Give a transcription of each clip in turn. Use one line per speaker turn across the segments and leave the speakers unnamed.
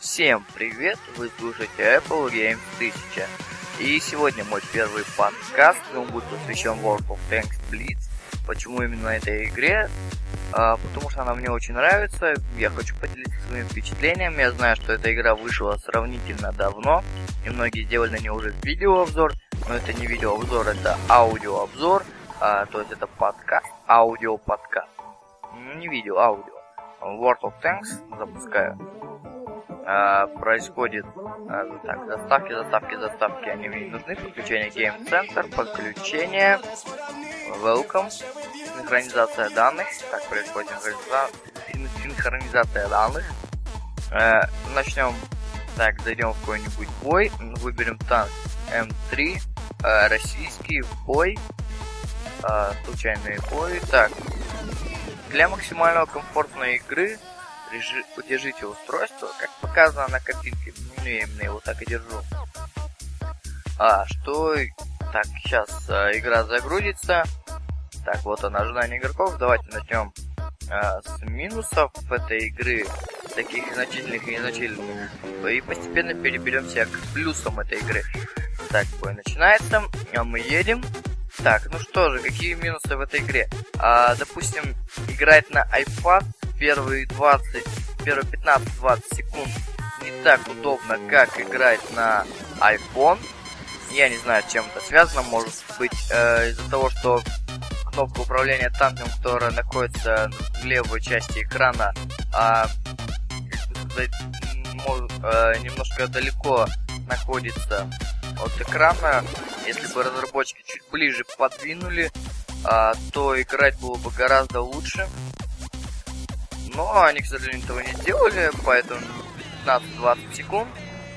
Всем привет! Вы слушаете Apple Games 1000. И сегодня мой первый подкаст, он будет посвящен World of Tanks Blitz. Почему именно этой игре? Потому что она мне очень нравится. Я хочу поделиться своими впечатлениями. Я знаю, что эта игра вышла сравнительно давно, и многие сделали на нее уже видеообзор. Но это не видеообзор, это аудиообзор. То есть это подкаст, аудиоподкаст. Не видео, аудио. World of Tanks запускаю. Происходит так, заставки, они мне не нужны. Подключение Game Center, подключение, welcome, синхронизация данных. Так, происходит синхронизация данных. Начнем, так, зайдем в какой-нибудь бой, выберем танк М3, российский бой, случайный бой. Так, для максимального комфортной игры удержите устройство, как показано на картинке. Ну, я именно его так и держу. Так, сейчас игра загрузится. Так, вот она, ожидание игроков. Давайте начнем с минусов этой игры, таких значительных и незначительных, и постепенно переберемся к плюсам этой игры. Так, бой начинается, мы едем. Так, ну что же, какие минусы в этой игре? Допустим, играть на iPad первые 15-20 секунд не так удобно, как играть на iPhone. Я не знаю, с чем это связано. Может быть, из-за того, что кнопка управления танком, которая находится в левой части экрана, немножко далеко находится от экрана. Если бы разработчики чуть ближе подвинули, то играть было бы гораздо лучше. Но они, к сожалению, этого не сделали, поэтому 15-20 секунд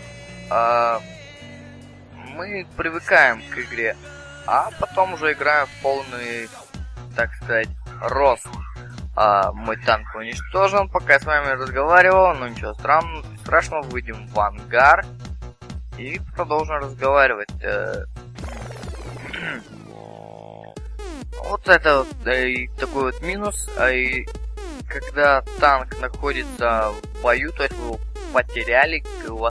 мы привыкаем к игре, а потом уже играем в полный, так сказать, рост. Мой танк уничтожен, пока я с вами разговаривал, но ничего страшного, выйдем в ангар и продолжим разговаривать. Вот это вот такой вот минус. Когда танк находится в бою, то есть вы его потеряли,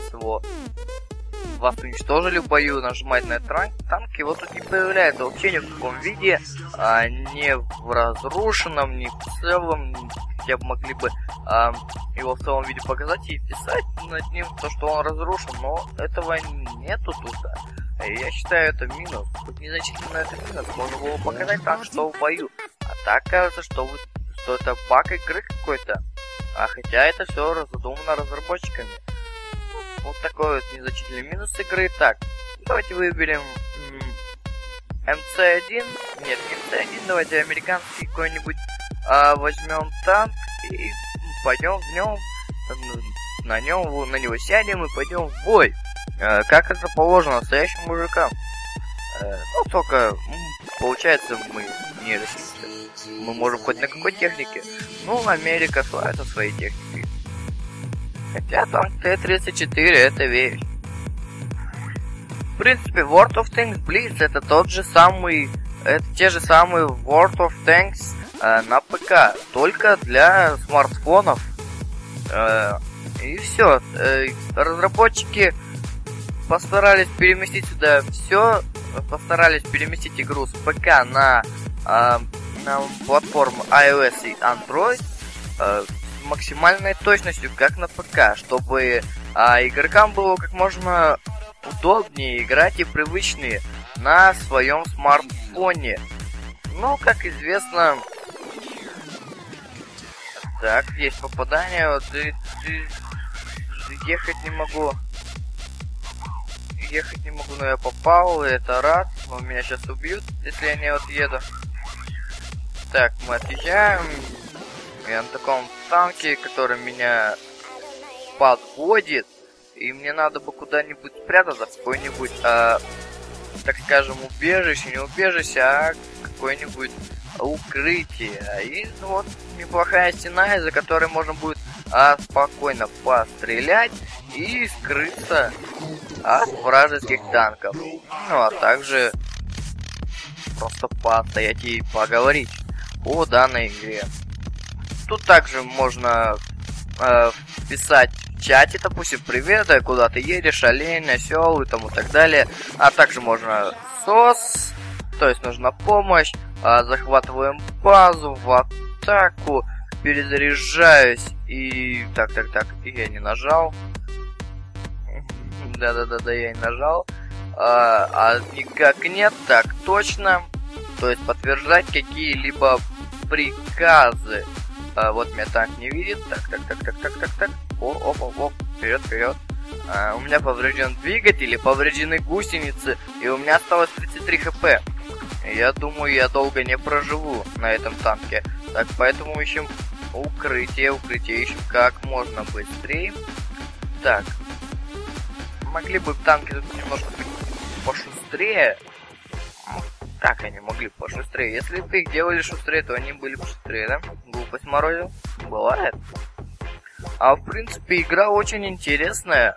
вас уничтожили в бою, нажимаете на этот танк, его тут не появляется вообще ни в каком виде, не в разрушенном, не в целом, хотя бы могли бы его в целом виде показать и писать над ним то, что он разрушен, но этого нету тут. Я считаю, это минус. Хоть незначительно это минус, можно было показать танк, что в бою, а так кажется, что это баг игры какой-то. Хотя это все задумано разработчиками. Вот такой вот незначительный минус игры. Так, давайте выберем MC1. Нет, MC1, давайте американский какой-нибудь возьмем танк и пойдем в нем, на него сядем и пойдем в бой. Как это положено настоящим мужикам. Ну, только получается мы не российские. Мы можем хоть на какой технике. Ну, Америка славится своей техникой. Хотя танк Т-34 это вещь. В принципе, World of Tanks Blitz это те же самые World of Tanks на п.к. Только для смартфонов. И все. Разработчики постарались переместить сюда все. Постарались переместить игру с ПК на платформу iOS и Android с максимальной точностью, как на ПК, чтобы игрокам было как можно удобнее играть и привычнее на своем смартфоне. Но, как известно, так, есть попадание, вот, ехать не могу, но я попал, и это рад, но меня сейчас убьют, если я не отъеду. Так, мы отъезжаем. Я на таком танке, который меня подводит. И мне надо бы куда-нибудь спрятаться, в какое-нибудь, так скажем, убежище. Не убежище, а какое-нибудь укрытие. И вот неплохая стена, из-за которой можно будет спокойно пострелять и скрыться от вражеских танков. Ну, а также просто постоять и поговорить о данной игре. Тут также можно писать в чате, допустим, привет, куда ты едешь, олень, осел и тому так далее. А также можно СОС, то есть нужна помощь, захватываем базу, в атаку, перезаряжаюсь и... Так, я не нажал. Да, я не нажал. Никак нет, так точно. То есть подтверждать какие-либо приказы. Вот меня танк не видит. Так. Оп. Вперед. У меня поврежден двигатель, повреждены гусеницы, и у меня осталось 33 хп. Я думаю, я долго не проживу на этом танке. Так, поэтому ищем укрытие ищем как можно быстрее. Так. Могли бы танки тут немножко быть пошустрее. Как они могли пошустрее? Если бы их делали шустрее, то они были бы шустрее, да? Глупость морозил. Бывает. А в принципе игра очень интересная.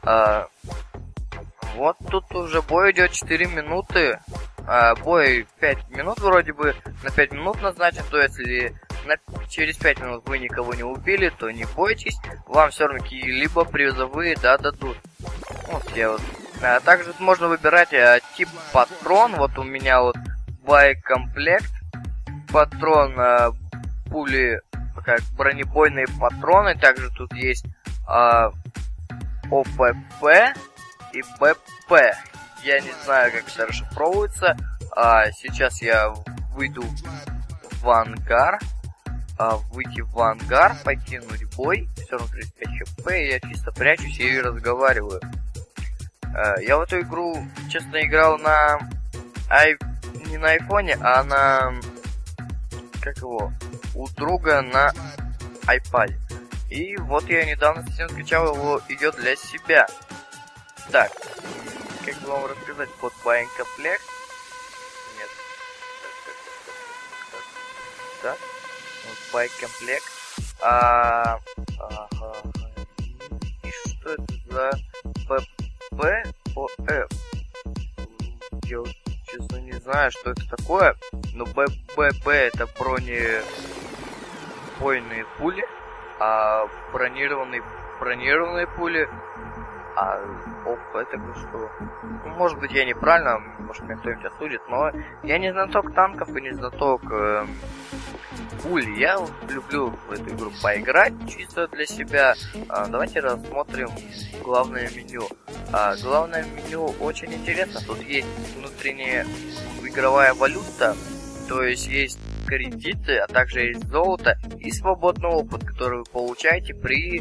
Вот тут уже бой идет 4 минуты. Бой 5 минут вроде бы. На 5 минут назначен. То если через 5 минут вы никого не убили, то не бойтесь. Вам все равно какие-либо призовые дадут. Вот я вот. Также тут можно выбирать тип патрон. Вот у меня вот боекомплект. Патрон, пули, как бронебойные патроны. Также тут есть ОПП и БП. Я не знаю, как это расшифровывается. Сейчас я выйду в ангар. Выйти в ангар, покинуть бой. Все равно 35 хп. Я чисто прячусь и разговариваю. Я в эту игру, честно, играл на... не на айфоне, а на... Как его? У друга на iPad. И вот я недавно совсем скачал его, идет для себя. Так. Как бы вам рассказать под боекомплект? Нет. Так. Вот боекомплект. И что это за... БПОФ. Я вот, честно, не знаю, что это такое. Но ББ это бронебойные пули, а бронированные пули. Это что? Ну, может быть, я неправильно, может, меня кто-нибудь осудит, но я не знаток танков и не знаток пуль. Я люблю в эту игру поиграть чисто для себя. Давайте рассмотрим главное меню. Главное меню очень интересно. Тут есть внутренняя игровая валюта, то есть есть кредиты, а также есть золото и свободный опыт, который вы получаете при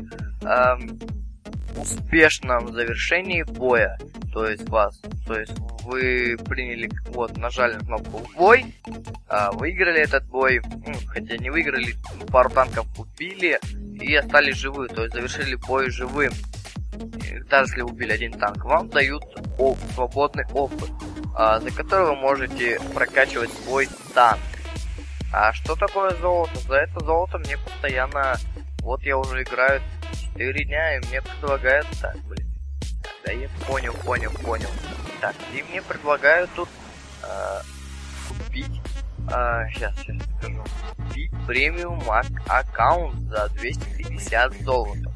успешном завершении боя. То есть вы приняли, вот, нажали на кнопку в бой, выиграли этот бой, хотя не выиграли, пару танков убили и остались живы, то есть завершили бой живым. Даже если убили один танк, вам дают свободный опыт, за который вы можете прокачивать свой танк. А что такое золото? За это золото мне постоянно... Вот я уже играю 4 дня, и мне предлагают... Так, блин. Да, я понял. Так, и мне предлагают тут купить... Сейчас скажу. Купить премиум аккаунт за 250 золота.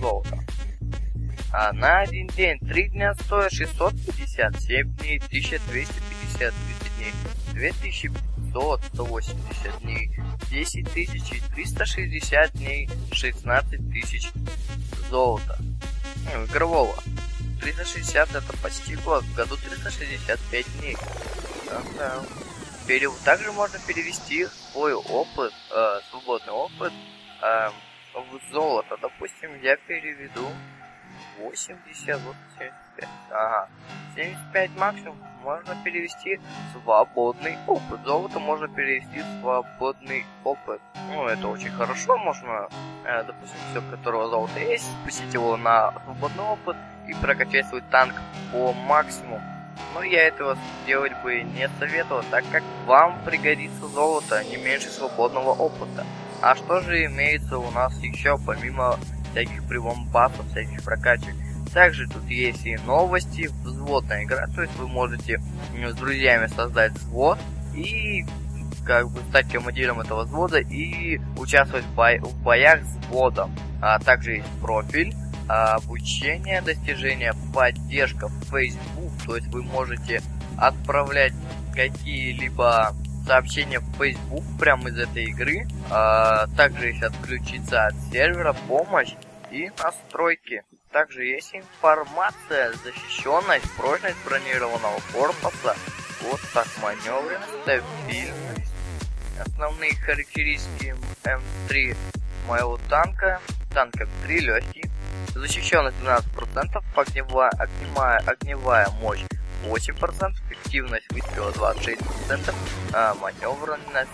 На один день 3 дня стоит 650, 7 дней 1250, 30 дней 2500, 180 дней 10 тысяч и 360 дней 16 тысяч золота. Игрового. 360 это почти год, в году 365 дней. Да. Также можно перевести свой опыт, свободный опыт в золото. Допустим, я переведу 80, вот 75. Ага. 75 максимум можно перевести свободный опыт. Золото можно перевести свободный опыт. Ну, это очень хорошо. Можно, допустим, все, у которого золото есть, спустить его на свободный опыт и прокачать свой танк по максимуму. Но я этого делать бы не советовал, так как вам пригодится золото не меньше свободного опыта. А что же имеется у нас еще, помимо всяких прибамбасов, всяких прокачек? Также тут есть и новости, взводная игра, то есть вы можете с друзьями создать взвод и как бы стать командиром этого взвода и участвовать в боях с взводом. А также есть профиль, обучение, достижения, поддержка, Facebook, то есть вы можете отправлять какие-либо сообщения в Facebook прямо из этой игры. Также есть отключиться от сервера, помощь и настройки. Также есть информация, защищенность, прочность бронированного корпуса, вот так, маневренность, стабильность. Основные характеристики М3 моего танка. Танк М3 легкий. Защищенность 12%, огневая мощь 8%, эффективность выстрела 26%, маневренность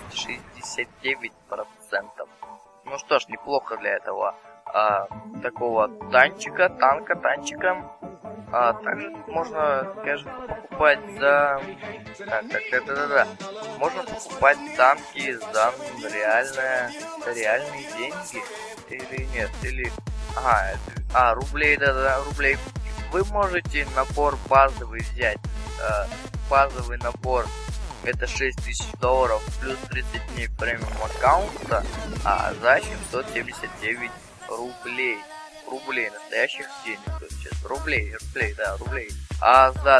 69%. Ну что ж, неплохо для этого такого танчика. Также можно, конечно, покупать за... Можно покупать танки за реальные деньги. Или нет, или... рублей, рублей. Вы можете набор базовый взять. Базовый набор это $6000 плюс 30 дней премиум аккаунта, за 779 рублей. Рублей, настоящих денег, то есть рублей. А за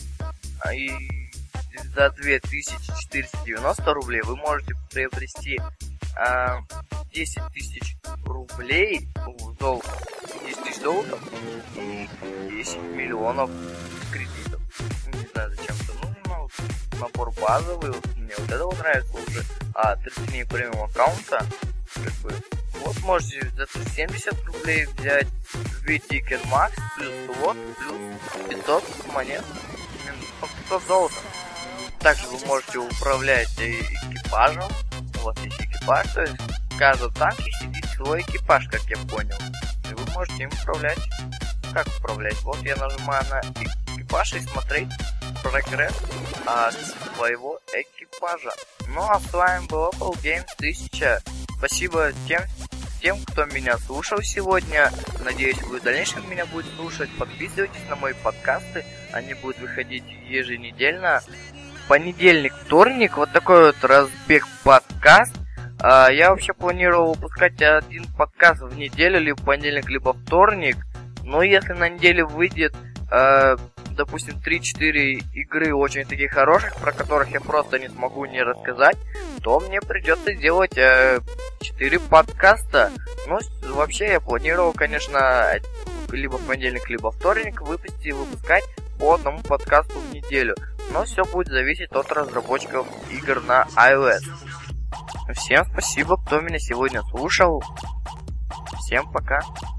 2490 рублей вы можете приобрести 10 тысяч рублей золота, 10 тысяч золота и 10 миллионов кредитов. Не знаю, зачем-то нужно. Набор базовый, мне вот это вот нравится уже. 30 дней премиум аккаунта, как бы. Вот можете за 70 рублей взять V-Ticket Max плюс слот, плюс 500 монет, 500 золота. Также вы можете управлять экипажем. Вот есть экипаж, то есть в каждом танке сидит свой экипаж, как я понял. И вы можете им управлять. Как управлять? Вот я нажимаю на экипаж и смотреть прогресс своего экипажа. Ну а с вами был Apple Games 1000. Спасибо тем, кто меня слушал сегодня. Надеюсь, вы в дальнейшем меня будете слушать. Подписывайтесь на мои подкасты. Они будут выходить еженедельно. Понедельник, вторник. Вот такой вот разбег подкаст. Я вообще планировал выпускать один подкаст в неделю, либо понедельник, либо вторник. Но если на неделе выйдет, допустим, 3-4 игры очень таких хороших, про которых я просто не смогу не рассказать, то мне придется делать 4 подкаста. Ну, вообще я планировал, конечно, либо в понедельник, либо вторник выпускать по одному подкасту в неделю. Но все будет зависеть от разработчиков игр на iOS. Всем спасибо, кто меня сегодня слушал. Всем пока.